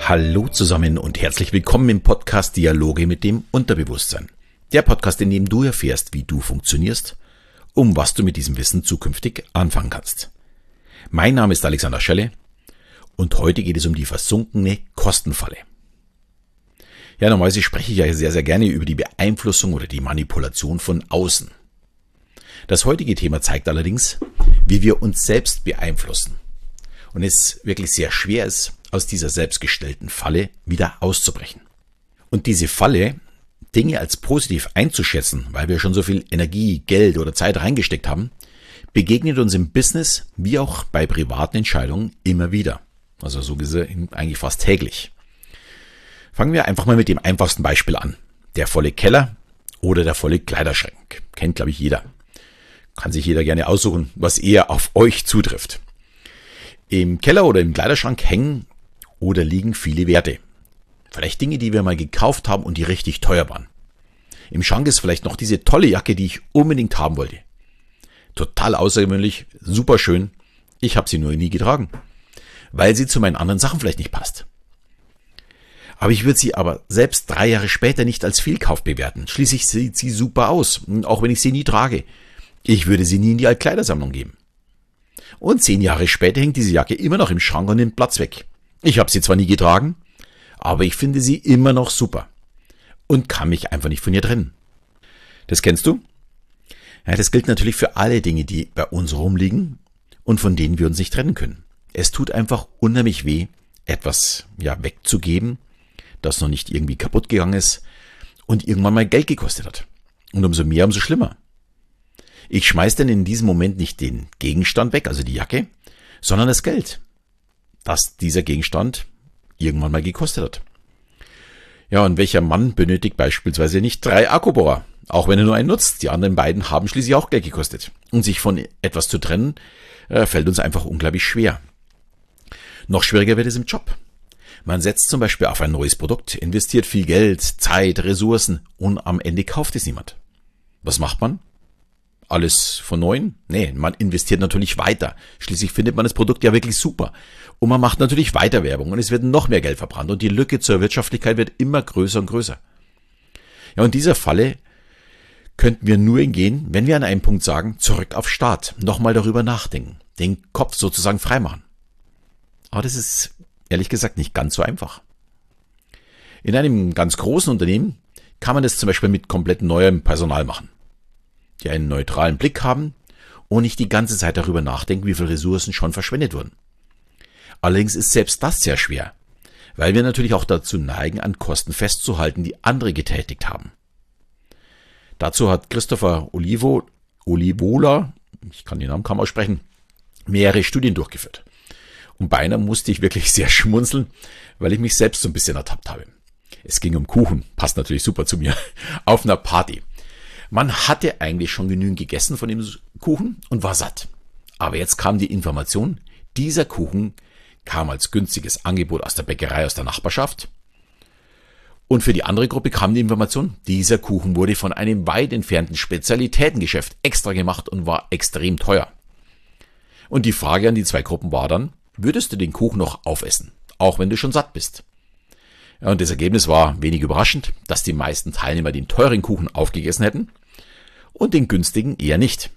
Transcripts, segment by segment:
Hallo zusammen und herzlich willkommen im Podcast Dialoge mit dem Unterbewusstsein. Der Podcast, in dem du erfährst, wie du funktionierst, was du mit diesem Wissen zukünftig anfangen kannst. Mein Name ist Alexander Schelle und heute geht es um die versunkene Kostenfalle. Ja, normalerweise spreche ich ja sehr, sehr gerne über die Beeinflussung oder die Manipulation von außen. Das heutige Thema zeigt allerdings, wie wir uns selbst beeinflussen und es wirklich sehr schwer ist, aus dieser selbstgestellten Falle wieder auszubrechen. Und diese Falle, Dinge als positiv einzuschätzen, weil wir schon so viel Energie, Geld oder Zeit reingesteckt haben, begegnet uns im Business wie auch bei privaten Entscheidungen immer wieder. Also so gesehen eigentlich fast täglich. Fangen wir einfach mal mit dem einfachsten Beispiel an. Der volle Keller oder der volle Kleiderschrank. Kennt, glaube ich, jeder. Kann sich jeder gerne aussuchen, was eher auf euch zutrifft. Im Keller oder im Kleiderschrank hängen oder liegen viele Werte. Vielleicht Dinge, die wir mal gekauft haben und die richtig teuer waren. Im Schrank ist vielleicht noch diese tolle Jacke, die ich unbedingt haben wollte. Total außergewöhnlich, super schön. Ich habe sie nur nie getragen, weil sie zu meinen anderen Sachen vielleicht nicht passt. Aber ich würde sie aber selbst 3 Jahre später nicht als Fehlkauf bewerten. Schließlich sieht sie super aus, auch wenn ich sie nie trage. Ich würde sie nie in die Altkleidersammlung geben. Und 10 Jahre später hängt diese Jacke immer noch im Schrank und nimmt Platz weg. Ich habe sie zwar nie getragen, aber ich finde sie immer noch super und kann mich einfach nicht von ihr trennen. Das kennst du? Ja, das gilt natürlich für alle Dinge, die bei uns rumliegen und von denen wir uns nicht trennen können. Es tut einfach unheimlich weh, etwas wegzugeben, das noch nicht irgendwie kaputt gegangen ist und irgendwann mal Geld gekostet hat. Und umso mehr, umso schlimmer. Ich schmeiß dann in diesem Moment nicht den Gegenstand weg, also die Jacke, sondern das Geld, das dieser Gegenstand irgendwann mal gekostet hat. Ja, und welcher Mann benötigt beispielsweise nicht 3 Akkubohrer, auch wenn er nur einen nutzt? Die anderen beiden haben schließlich auch Geld gekostet. Und sich von etwas zu trennen, fällt uns einfach unglaublich schwer. Noch schwieriger wird es im Job. Man setzt zum Beispiel auf ein neues Produkt, investiert viel Geld, Zeit, Ressourcen und am Ende kauft es niemand. Was macht man? Alles von Neuem? Nee, man investiert natürlich weiter. Schließlich findet man das Produkt ja wirklich super. Und man macht natürlich weiter Werbung und es wird noch mehr Geld verbrannt und die Lücke zur Wirtschaftlichkeit wird immer größer und größer. Ja, und in dieser Falle könnten wir nur hingehen, wenn wir an einem Punkt sagen, zurück auf Start, nochmal darüber nachdenken, den Kopf sozusagen freimachen. Aber das ist ehrlich gesagt nicht ganz so einfach. In einem ganz großen Unternehmen kann man das zum Beispiel mit komplett neuem Personal machen, die einen neutralen Blick haben und nicht die ganze Zeit darüber nachdenken, wie viele Ressourcen schon verschwendet wurden. Allerdings ist selbst das sehr schwer, weil wir natürlich auch dazu neigen, an Kosten festzuhalten, die andere getätigt haben. Dazu hat Christopher Olivola, ich kann den Namen kaum aussprechen, mehrere Studien durchgeführt. Und beinahe musste ich wirklich sehr schmunzeln, weil ich mich selbst so ein bisschen ertappt habe. Es ging um Kuchen, passt natürlich super zu mir, auf einer Party. Man hatte eigentlich schon genügend gegessen von dem Kuchen und war satt. Aber jetzt kam die Information, dieser Kuchen kam als günstiges Angebot aus der Bäckerei aus der Nachbarschaft. Und für die andere Gruppe kam die Information, dieser Kuchen wurde von einem weit entfernten Spezialitätengeschäft extra gemacht und war extrem teuer. Und die Frage an die 2 Gruppen war dann, würdest du den Kuchen noch aufessen, auch wenn du schon satt bist? Ja, und das Ergebnis war wenig überraschend, dass die meisten Teilnehmer den teuren Kuchen aufgegessen hätten und den günstigen eher nicht.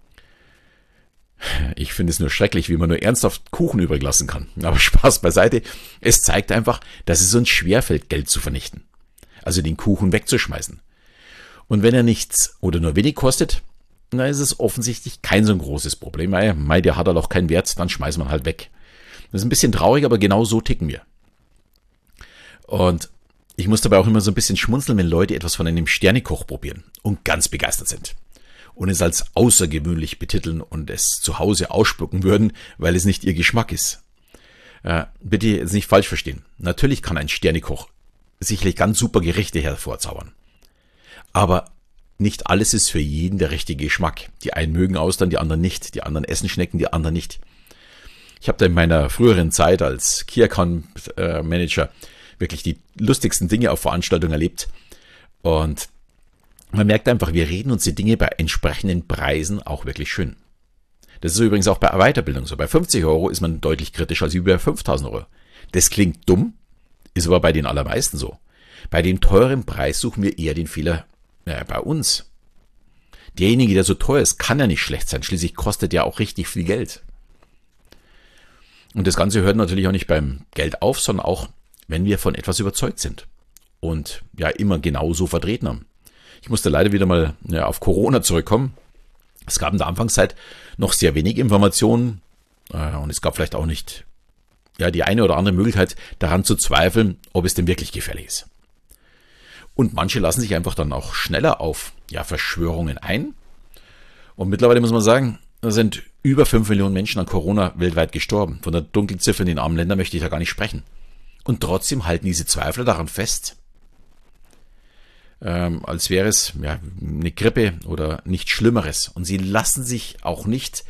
Ich finde es nur schrecklich, wie man nur ernsthaft Kuchen übrig lassen kann. Aber Spaß beiseite, es zeigt einfach, dass es uns schwerfällt, Geld zu vernichten. Also den Kuchen wegzuschmeißen. Und wenn er nichts oder nur wenig kostet, dann ist es offensichtlich kein so ein großes Problem. Der hat halt auch keinen Wert, dann schmeißt man halt weg. Das ist ein bisschen traurig, aber genau so ticken wir. Und ich muss dabei auch immer so ein bisschen schmunzeln, wenn Leute etwas von einem Sternekoch probieren und ganz begeistert sind. Und es als außergewöhnlich betiteln und es zu Hause ausspucken würden, weil es nicht ihr Geschmack ist. Bitte jetzt nicht falsch verstehen. Natürlich kann ein Sternekoch sicherlich ganz super Gerichte hervorzaubern. Aber nicht alles ist für jeden der richtige Geschmack. Die einen mögen Austern, die anderen nicht. Die anderen essen Schnecken, die anderen nicht. Ich habe da in meiner früheren Zeit als Key Account Manager wirklich die lustigsten Dinge auf Veranstaltungen erlebt. Und man merkt einfach, wir reden uns die Dinge bei entsprechenden Preisen auch wirklich schön. Das ist übrigens auch bei Weiterbildung so. Bei 50 € ist man deutlich kritischer als bei 5.000 €. Das klingt dumm, Ist aber bei den allermeisten so. Bei dem teuren Preis suchen wir eher den Fehler bei uns. Derjenige, der so teuer ist, kann ja nicht schlecht sein. Schließlich kostet ja auch richtig viel Geld. Und das Ganze hört natürlich auch nicht beim Geld auf, sondern auch, wenn wir von etwas überzeugt sind und ja immer genau so vertreten haben. Ich musste leider wieder mal auf Corona zurückkommen. Es gab in der Anfangszeit noch sehr wenig Informationen und es gab vielleicht auch nicht die eine oder andere Möglichkeit daran zu zweifeln, ob es denn wirklich gefährlich ist. Und manche lassen sich einfach dann auch schneller auf Verschwörungen ein. Und mittlerweile muss man sagen, da sind über 5 Millionen Menschen an Corona weltweit gestorben. Von der Dunkelziffer in den armen Ländern möchte ich da gar nicht sprechen. Und trotzdem halten diese Zweifler daran fest, als wäre es eine Grippe oder nichts Schlimmeres. Und sie lassen sich auch nicht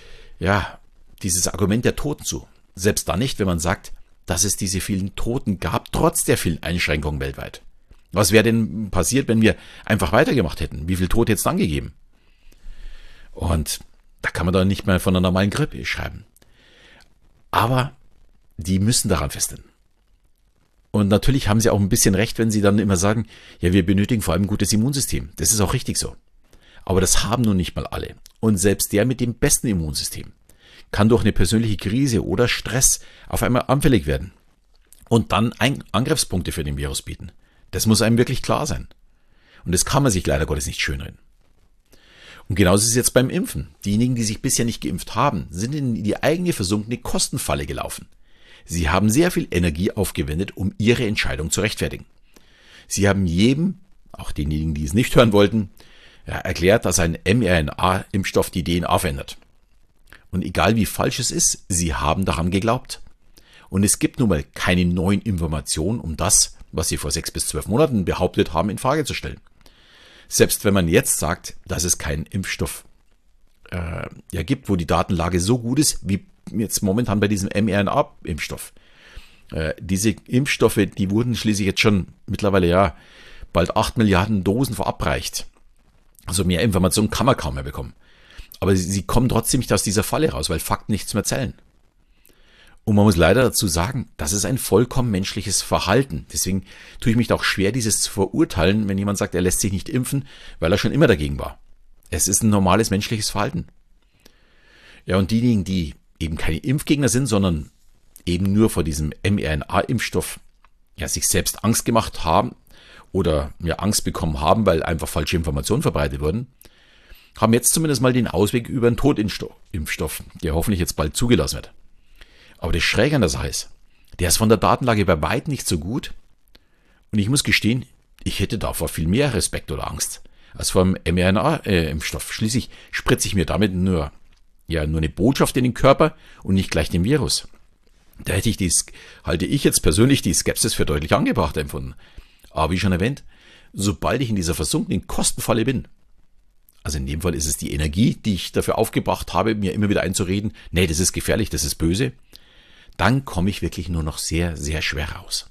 dieses Argument der Toten zu. Selbst dann nicht, wenn man sagt, dass es diese vielen Toten gab, trotz der vielen Einschränkungen weltweit. Was wäre denn passiert, wenn wir einfach weitergemacht hätten? Wie viel Tote jetzt dann gegeben? Und da kann man dann nicht mehr von einer normalen Grippe schreiben. Aber die müssen daran festhalten. Und natürlich haben sie auch ein bisschen recht, wenn sie dann immer sagen, wir benötigen vor allem ein gutes Immunsystem. Das ist auch richtig so. Aber das haben nun nicht mal alle. Und selbst der mit dem besten Immunsystem kann durch eine persönliche Krise oder Stress auf einmal anfällig werden und dann Angriffspunkte für den Virus bieten. Das muss einem wirklich klar sein. Und das kann man sich leider Gottes nicht schönreden. Und genauso ist es jetzt beim Impfen. Diejenigen, die sich bisher nicht geimpft haben, sind in die eigene versunkene Kostenfalle gelaufen. Sie haben sehr viel Energie aufgewendet, um ihre Entscheidung zu rechtfertigen. Sie haben jedem, auch denjenigen, die es nicht hören wollten, erklärt, dass ein mRNA-Impfstoff die DNA verändert. Und egal wie falsch es ist, sie haben daran geglaubt. Und es gibt nun mal keine neuen Informationen, um das, was sie vor 6 bis 12 Monaten behauptet haben, in Frage zu stellen. Selbst wenn man jetzt sagt, dass es keinen Impfstoff gibt, wo die Datenlage so gut ist, wie jetzt momentan bei diesem mRNA-Impfstoff. Diese Impfstoffe, die wurden schließlich jetzt schon mittlerweile bald 8 Milliarden Dosen verabreicht. Also mehr Informationen kann man kaum mehr bekommen. Aber sie kommen trotzdem nicht aus dieser Falle raus, weil Fakten nichts mehr zählen. Und man muss leider dazu sagen, das ist ein vollkommen menschliches Verhalten. Deswegen tue ich mich da auch schwer, dieses zu verurteilen, wenn jemand sagt, er lässt sich nicht impfen, weil er schon immer dagegen war. Es ist ein normales menschliches Verhalten. Ja, und diejenigen, die eben keine Impfgegner sind, sondern eben nur vor diesem mRNA-Impfstoff sich selbst Angst gemacht haben oder Angst bekommen haben, weil einfach falsche Informationen verbreitet wurden, haben jetzt zumindest mal den Ausweg über einen Totimpfstoff, der hoffentlich jetzt bald zugelassen wird. Aber das Schräge an der Sache ist, der ist von der Datenlage bei weitem nicht so gut. Und ich muss gestehen, ich hätte davor viel mehr Respekt oder Angst als vor dem mRNA-Impfstoff. Schließlich spritze ich mir damit nur eine Botschaft in den Körper und nicht gleich den Virus. Da halte ich jetzt persönlich die Skepsis für deutlich angebracht empfunden. Aber wie schon erwähnt, sobald ich in dieser versunkenen Kostenfalle bin, also in dem Fall ist es die Energie, die ich dafür aufgebracht habe, mir immer wieder einzureden, nee, das ist gefährlich, das ist böse, dann komme ich wirklich nur noch sehr, sehr schwer raus.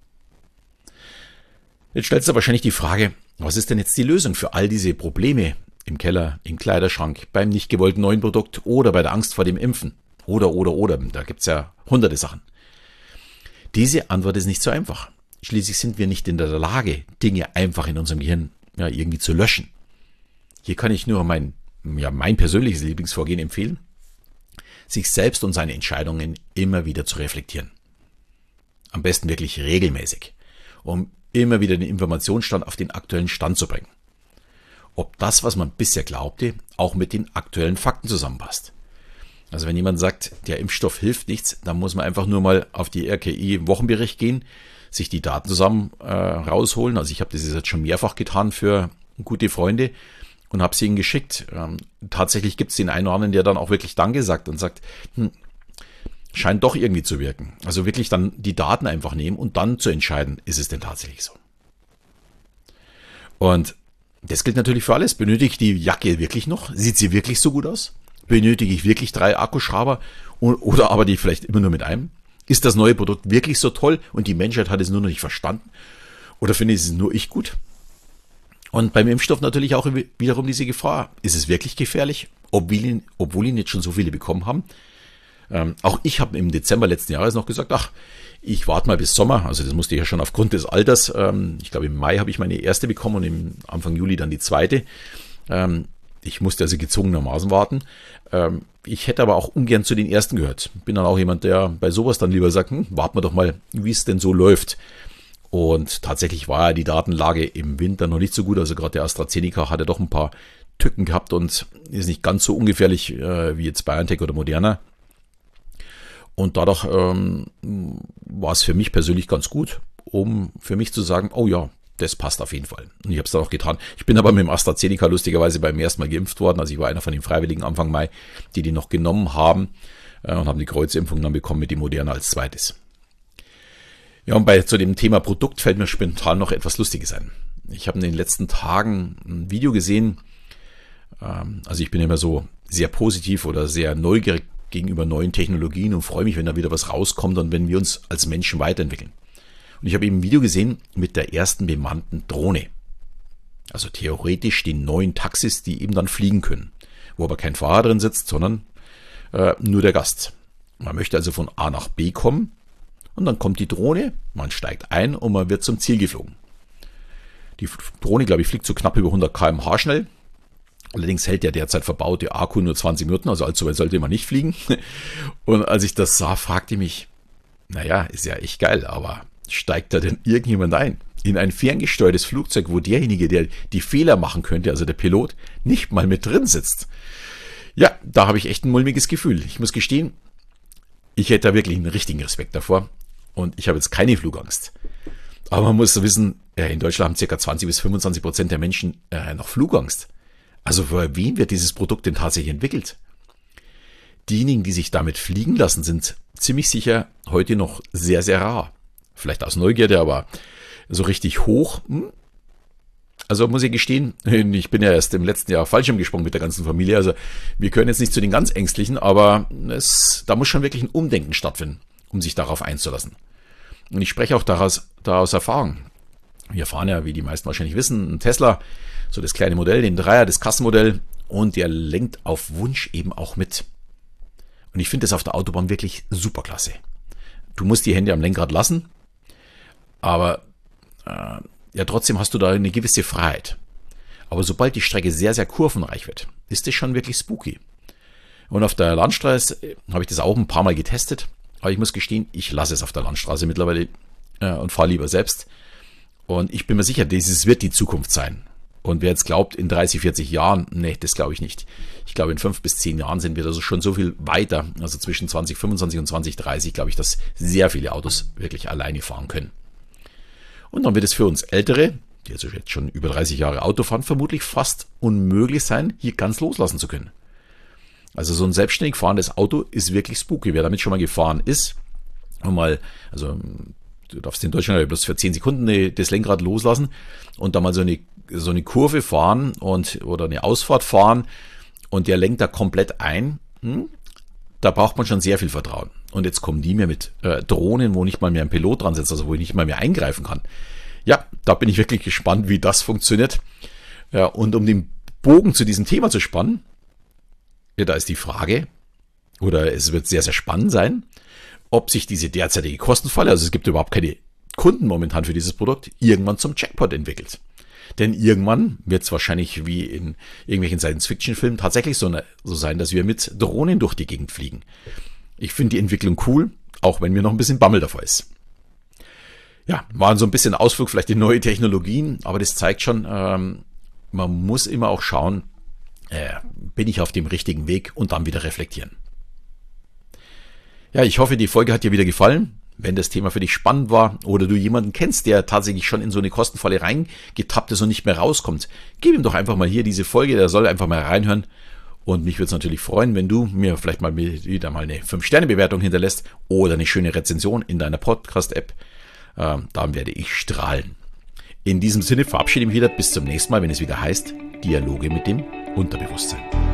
Jetzt stellst du wahrscheinlich die Frage, was ist denn jetzt die Lösung für all diese Probleme im Keller, im Kleiderschrank, beim nicht gewollten neuen Produkt oder bei der Angst vor dem Impfen? Oder. Da gibt's ja hunderte Sachen. Diese Antwort ist nicht so einfach. Schließlich sind wir nicht in der Lage, Dinge einfach in unserem Gehirn irgendwie zu löschen. Hier kann ich nur mein persönliches Lieblingsvorgehen empfehlen, sich selbst und seine Entscheidungen immer wieder zu reflektieren. Am besten wirklich regelmäßig, um immer wieder den Informationsstand auf den aktuellen Stand zu bringen. Ob das, was man bisher glaubte, auch mit den aktuellen Fakten zusammenpasst. Also wenn jemand sagt, der Impfstoff hilft nichts, dann muss man einfach nur mal auf die RKI-Wochenbericht gehen, sich die Daten zusammen rausholen. Also ich habe das jetzt schon mehrfach getan für gute Freunde und habe sie ihnen geschickt. Tatsächlich gibt es den einen oder anderen, der dann auch wirklich Danke sagt und sagt, scheint doch irgendwie zu wirken. Also wirklich dann die Daten einfach nehmen und dann zu entscheiden, ist es denn tatsächlich so. Und das gilt natürlich für alles. Benötige ich die Jacke wirklich noch? Sieht sie wirklich so gut aus? Benötige ich wirklich 3 Akkuschrauber oder arbeite ich vielleicht immer nur mit einem? Ist das neue Produkt wirklich so toll und die Menschheit hat es nur noch nicht verstanden? Oder finde ich es nur ich gut? Und beim Impfstoff natürlich auch wiederum diese Gefahr. Ist es wirklich gefährlich, obwohl ihn jetzt schon so viele bekommen haben? Auch ich habe im Dezember letzten Jahres noch gesagt, Ich warte mal bis Sommer, also das musste ich ja schon aufgrund des Alters. Ich glaube, im Mai habe ich meine erste bekommen und im Anfang Juli dann die zweite. Ich musste also gezwungenermaßen warten. Ich hätte aber auch ungern zu den ersten gehört. Bin dann auch jemand, der bei sowas dann lieber sagt, warten wir doch mal, wie es denn so läuft. Und tatsächlich war ja die Datenlage im Winter noch nicht so gut. Also gerade der AstraZeneca hatte doch ein paar Tücken gehabt und ist nicht ganz so ungefährlich wie jetzt BioNTech oder Moderna. Und dadurch war es für mich persönlich ganz gut, um für mich zu sagen, oh ja, das passt auf jeden Fall. Und ich habe es dann auch getan. Ich bin aber mit dem AstraZeneca lustigerweise beim ersten Mal geimpft worden. Also ich war einer von den Freiwilligen Anfang Mai, die noch genommen haben und haben die Kreuzimpfung dann bekommen mit dem Moderna als zweites. Ja, und zu dem Thema Produkt fällt mir spontan noch etwas Lustiges ein. Ich habe in den letzten Tagen ein Video gesehen. Also ich bin immer so sehr positiv oder sehr neugierig gegenüber neuen Technologien und freue mich, wenn da wieder was rauskommt und wenn wir uns als Menschen weiterentwickeln. Und ich habe eben ein Video gesehen mit der ersten bemannten Drohne. Also theoretisch die neuen Taxis, die eben dann fliegen können. Wo aber kein Fahrer drin sitzt, sondern nur der Gast. Man möchte also von A nach B kommen und dann kommt die Drohne, man steigt ein und man wird zum Ziel geflogen. Die Drohne, glaube ich, fliegt so knapp über 100 km/h schnell. Allerdings hält der derzeit verbaute Akku nur 20 Minuten, also allzu weit sollte man nicht fliegen. Und als ich das sah, fragte ich mich, naja, ist ja echt geil, aber steigt da denn irgendjemand ein? In ein ferngesteuertes Flugzeug, wo derjenige, der die Fehler machen könnte, also der Pilot, nicht mal mit drin sitzt. Ja, da habe ich echt ein mulmiges Gefühl. Ich muss gestehen, ich hätte da wirklich einen richtigen Respekt davor. Und ich habe jetzt keine Flugangst. Aber man muss wissen, in Deutschland haben ca. 20-25% der Menschen noch Flugangst. Also für wen wird dieses Produkt denn tatsächlich entwickelt? Diejenigen, die sich damit fliegen lassen, sind ziemlich sicher heute noch sehr, sehr rar. Vielleicht aus Neugierde, aber so richtig hoch. Also muss ich gestehen, ich bin ja erst im letzten Jahr Fallschirm gesprungen mit der ganzen Familie. Also wir können jetzt nicht zu den ganz Ängstlichen, aber da muss schon wirklich ein Umdenken stattfinden, um sich darauf einzulassen. Und ich spreche auch da aus Erfahrung. Wir fahren ja, wie die meisten wahrscheinlich wissen, einen Tesla, so das kleine Modell, den Dreier, das Kassenmodell, und der lenkt auf Wunsch eben auch mit. Und ich finde das auf der Autobahn wirklich super klasse. Du musst die Hände am Lenkrad lassen, aber ja, trotzdem hast du da eine gewisse Freiheit. Aber sobald die Strecke sehr, sehr kurvenreich wird, ist das schon wirklich spooky. Und auf der Landstraße habe ich das auch ein paar Mal getestet, aber ich muss gestehen, ich lasse es auf der Landstraße mittlerweile und fahre lieber selbst. Und ich bin mir sicher, dieses wird die Zukunft sein. Und wer jetzt glaubt, in 30, 40 Jahren, nee, das glaube ich nicht. Ich glaube, in 5 bis 10 Jahren sind wir also schon so viel weiter. Also zwischen 2025 und 2030 glaube ich, dass sehr viele Autos wirklich alleine fahren können. Und dann wird es für uns Ältere, die also jetzt schon über 30 Jahre Auto fahren, vermutlich fast unmöglich sein, hier ganz loslassen zu können. Also so ein selbstständig fahrendes Auto ist wirklich spooky. Wer damit schon mal gefahren ist, also du darfst in Deutschland bloß für 10 Sekunden das Lenkrad loslassen und dann mal so eine Kurve fahren oder eine Ausfahrt fahren und der lenkt da komplett ein. Da braucht man schon sehr viel Vertrauen. Und jetzt kommen die mir mit Drohnen, wo nicht mal mehr ein Pilot dran sitzt, also wo ich nicht mal mehr eingreifen kann. Ja, da bin ich wirklich gespannt, wie das funktioniert. Ja, und um den Bogen zu diesem Thema zu spannen, ja, da ist die Frage, oder es wird sehr, sehr spannend sein, ob sich diese derzeitige Kostenfalle, also es gibt überhaupt keine Kunden momentan für dieses Produkt, irgendwann zum Jackpot entwickelt. Denn irgendwann wird es wahrscheinlich wie in irgendwelchen Science-Fiction-Filmen tatsächlich so sein, dass wir mit Drohnen durch die Gegend fliegen. Ich finde die Entwicklung cool, auch wenn mir noch ein bisschen Bammel davor ist. Ja, war so ein bisschen Ausflug vielleicht in neue Technologien, aber das zeigt schon, man muss immer auch schauen, bin ich auf dem richtigen Weg und dann wieder reflektieren. Ja, ich hoffe, die Folge hat dir wieder gefallen. Wenn das Thema für dich spannend war oder du jemanden kennst, der tatsächlich schon in so eine Kostenfalle reingetappt ist und nicht mehr rauskommt, gib ihm doch einfach mal hier diese Folge, der soll einfach mal reinhören. Und mich würde es natürlich freuen, wenn du mir vielleicht mal wieder mal eine 5-Sterne-Bewertung hinterlässt oder eine schöne Rezension in deiner Podcast-App. Dann werde ich strahlen. In diesem Sinne verabschiede ich mich wieder. Bis zum nächsten Mal, wenn es wieder heißt Dialoge mit dem Unterbewusstsein.